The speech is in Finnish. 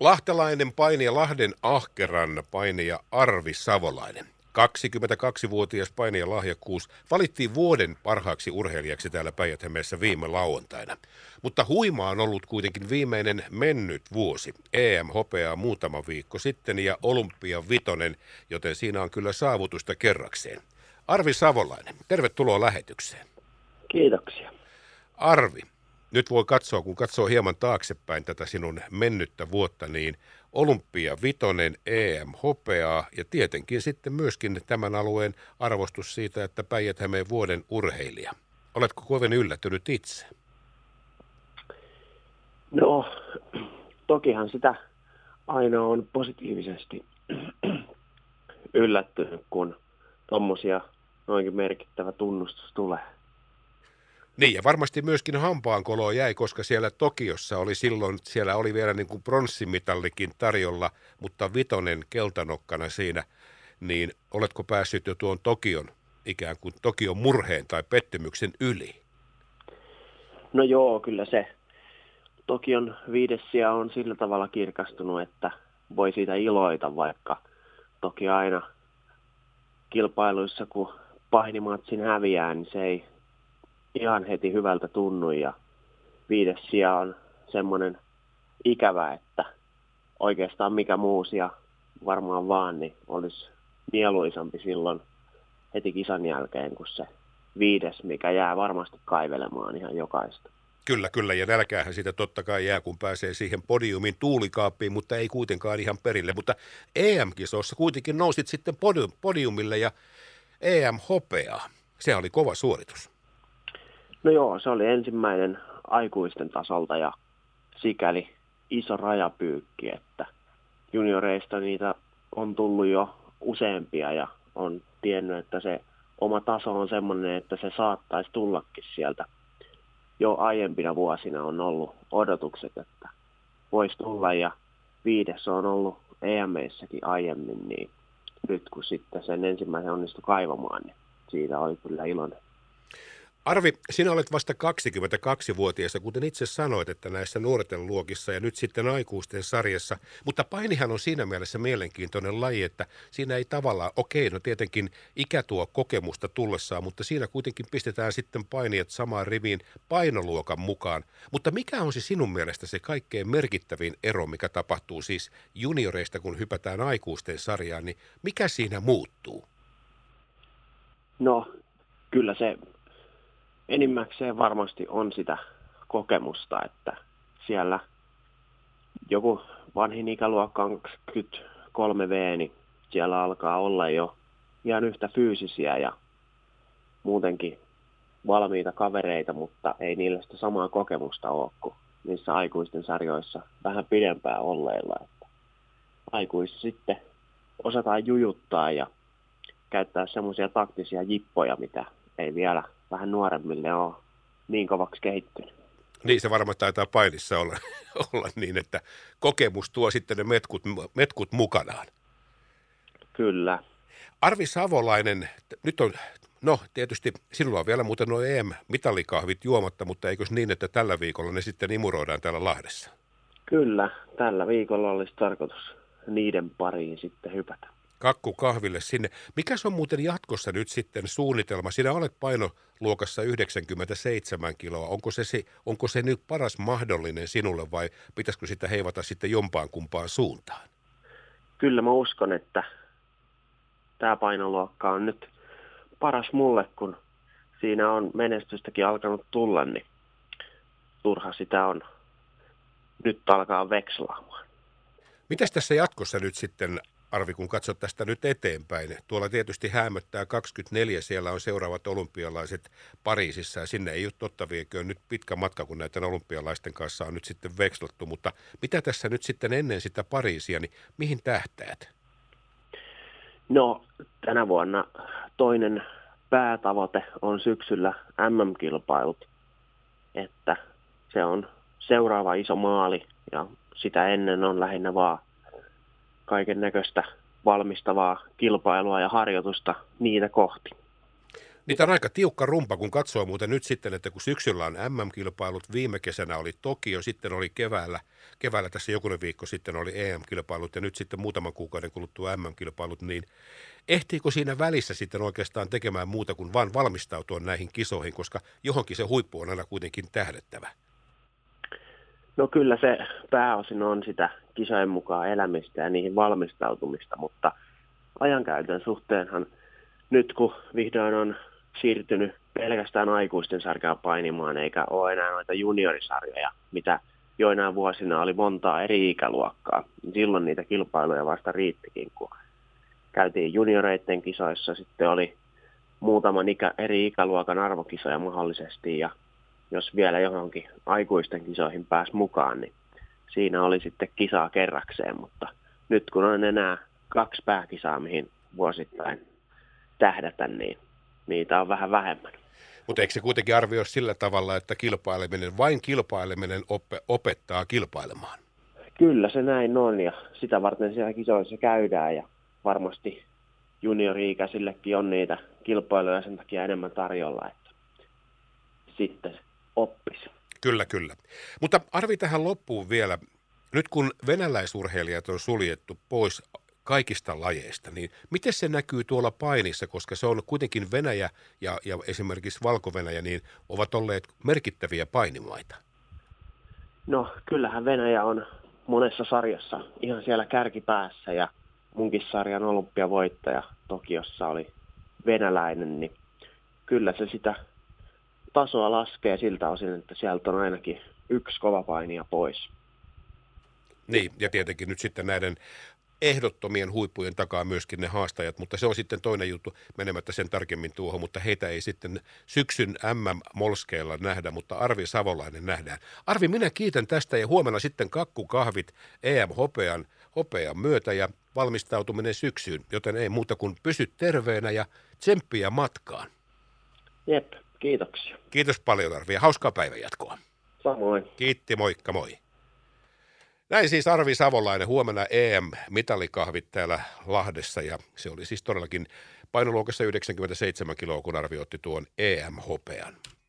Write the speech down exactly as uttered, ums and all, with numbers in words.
Lahtelainen painija, Lahden Ahkeran painija Arvi Savolainen. kaksikymmentäkaksivuotias painija lahjakkuus valittiin vuoden parhaaksi urheilijaksi täällä Päijät-Hämeessä viime lauantaina. Mutta huima on ollut kuitenkin viimeinen mennyt vuosi. E M-hopeaa muutama viikko sitten ja Olympia vitonen, joten siinä on kyllä saavutusta kerrakseen. Arvi Savolainen, tervetuloa lähetykseen. Kiitoksia. Arvi, nyt voi katsoa, kun katsoo hieman taaksepäin tätä sinun mennyttä vuotta, niin Olympia vitonen, E M-hopeaa ja tietenkin sitten myöskin tämän alueen arvostus siitä, että Päijät-Hämeen vuoden urheilija. Oletko kovin yllättynyt itse? No, tokihan sitä aina on positiivisesti yllättynyt, kun tommosia noinkin merkittävä tunnustus tulee. Niin, ja varmasti myöskin hampaankoloa jäi, koska siellä Tokiossa oli silloin, siellä oli vielä niin kuin pronssimitallikin tarjolla, mutta vitonen keltanokkana siinä, niin oletko päässyt jo tuon Tokion, ikään kuin Tokion murheen tai pettymyksen yli? No joo, kyllä se Tokion viides sija on sillä tavalla kirkastunut, että voi siitä iloita, vaikka toki aina kilpailuissa, kun painimatsin häviää, niin se ei ihan heti hyvältä tunnu, ja viides sija on semmoinen ikävä, että oikeastaan mikä muu sija varmaan vaan, niin olisi mieluisampi silloin heti kisan jälkeen kuin se viides, mikä jää varmasti kaivelemaan ihan jokaista. Kyllä, kyllä, ja nälkäähän siitä totta kai jää, kun pääsee siihen podiumin tuulikaappiin, mutta ei kuitenkaan ihan perille. Mutta E M-kisoissa kuitenkin nousit sitten podiumille ja E M-hopeaa. Se oli kova suoritus. No joo, se oli ensimmäinen aikuisten tasolta ja sikäli iso rajapyykki, että junioreista niitä on tullut jo useampia ja on tiennyt, että se oma taso on semmoinen, että se saattaisi tullakin sieltä. Jo aiempina vuosina on ollut odotukset, että voisi tulla, ja viides on ollut E M-issäkin aiemmin, niin nyt kun sitten sen ensimmäisen onnistui kaivamaan, niin siitä oli kyllä iloinen. Arvi, sinä olet vasta kaksikymmentäkaksivuotias, kuten itse sanoit, että näissä nuorten luokissa ja nyt sitten aikuisten sarjassa, mutta painihan on siinä mielessä mielenkiintoinen laji, että siinä ei tavallaan, okei, no tietenkin ikä tuo kokemusta tullessaan, mutta siinä kuitenkin pistetään sitten painijat samaan riviin painoluokan mukaan. Mutta mikä on se sinun mielestä se kaikkein merkittävin ero, mikä tapahtuu siis junioreista, kun hypätään aikuisten sarjaan, niin mikä siinä muuttuu? No, kyllä se enimmäkseen varmasti on sitä kokemusta, että siellä joku vanhin ikäluokka on kaksikymmentäkolme vuotias, niin siellä alkaa olla jo ihan yhtä fyysisiä ja muutenkin valmiita kavereita, mutta ei niillä sitä samaa kokemusta ole kuin niissä aikuisten sarjoissa vähän pidempään olleilla. Että aikuisissa sitten osataan jujuttaa ja käyttää semmoisia taktisia jippoja, mitä ei vielä vähän nuoremmille ole niin kovaksi kehittynyt. Niin se varmaan taitaa painissa olla, olla niin, että kokemus tuo sitten ne metkut, metkut mukanaan. Kyllä. Arvi Savolainen, nyt on, no tietysti sinulla on vielä muuten nuo E M-mitalikahvit juomatta, mutta eikös niin, että tällä viikolla ne sitten imuroidaan täällä Lahdessa? Kyllä, tällä viikolla olisi tarkoitus niiden pariin sitten hypätä. Kakku kahville sinne. Mikäs on muuten jatkossa nyt sitten suunnitelma? Sinä olet painoluokassa yhdeksänkymmentäseitsemän kiloa. Onko se, se, onko se nyt paras mahdollinen sinulle vai pitäisikö sitä heivata sitten jompaan kumpaan suuntaan? Kyllä mä uskon, että tämä painoluokka on nyt paras mulle, kun siinä on menestystäkin alkanut tulla, niin turha sitä on nyt alkaa vekslaamaan. Mitäs tässä jatkossa nyt sitten, Arvi, kun katsot tästä nyt eteenpäin? Tuolla tietysti häämöttää kaksikymmentäneljä, siellä on seuraavat olympialaiset Pariisissa ja sinne ei ole totta vieköön nyt pitkä matka, kun näiden olympialaisten kanssa on nyt sitten vekslattu, mutta mitä tässä nyt sitten ennen sitä Pariisia, niin mihin tähtäät? No, tänä vuonna toinen päätavoite on syksyllä M M-kilpailut, että se on seuraava iso maali ja sitä ennen on lähinnä vaan kaiken näköistä valmistavaa kilpailua ja harjoitusta niitä kohti. Niitä on aika tiukka rumpa, kun katsoo muuten nyt sitten, että kun syksyllä on äm äm-kilpailut, viime kesänä oli Tokio, sitten oli keväällä, keväällä tässä jokunen viikko sitten oli E M-kilpailut ja nyt sitten muutaman kuukauden kuluttua äm äm-kilpailut, niin ehtiikö siinä välissä sitten oikeastaan tekemään muuta kuin vaan valmistautua näihin kisoihin, koska johonkin se huippu on aina kuitenkin tähdättävä? No kyllä se pääosin on sitä kisojen mukaan elämistä ja niihin valmistautumista, mutta ajankäytön suhteenhan nyt kun vihdoin on siirtynyt pelkästään aikuisten sarjaa painimaan, eikä ole enää noita juniorisarjoja, mitä joinain vuosina oli montaa eri ikäluokkaa. Silloin niitä kilpailuja vasta riittikin, kun käytiin junioreiden kisoissa, sitten oli muutaman ikä, eri ikäluokan arvokisoja mahdollisesti, ja jos vielä johonkin aikuisten kisoihin pääsi mukaan, niin siinä oli sitten kisaa kerrakseen, mutta nyt kun on enää kaksi pääkisaa, mihin vuosittain tähdätä, niin niitä on vähän vähemmän. Mutta eikö se kuitenkin arvioi sillä tavalla, että kilpaileminen, vain kilpaileminen op- opettaa kilpailemaan? Kyllä se näin on, ja sitä varten siellä kisoissa käydään, ja varmasti juniori-ikäisillekin on niitä kilpailuja sen takia enemmän tarjolla, että sitten oppisi. Kyllä, kyllä. Mutta Arvi tähän loppuun vielä. Nyt kun venäläisurheilijat on suljettu pois kaikista lajeista, niin miten se näkyy tuolla painissa, koska se on kuitenkin Venäjä ja, ja esimerkiksi Valko-Venäjä, niin ovat olleet merkittäviä painimaita? No kyllähän Venäjä on monessa sarjassa ihan siellä kärkipäässä, ja munkin sarjan olympiavoittaja Tokiossa oli venäläinen, niin kyllä se sitä tasoa laskee siltä osin, että sieltä on ainakin yksi kova painija pois. Niin, ja tietenkin nyt sitten näiden ehdottomien huippujen takaa myöskin ne haastajat, mutta se on sitten toinen juttu menemättä sen tarkemmin tuohon, mutta heitä ei sitten syksyn äm äm-molskeilla nähdä, mutta Arvi Savolainen nähdään. Arvi, minä kiitän tästä ja huomenna sitten kakkukahvit E M-hopean hopean myötä ja valmistautuminen syksyyn, joten ei muuta kuin pysy terveenä ja tsemppiä matkaan. Jep, kiitoksia. Kiitos paljon Arvi ja hauskaa päivänjatkoa. Samoin. Kiitti, moikka moi. Näin siis Arvi Savolainen, huomenna E M-mitalikahvit täällä Lahdessa ja se oli siis todellakin painoluokassa yhdeksänkymmentäseitsemän kiloa, kun Arvi otti tuon E M-hopean.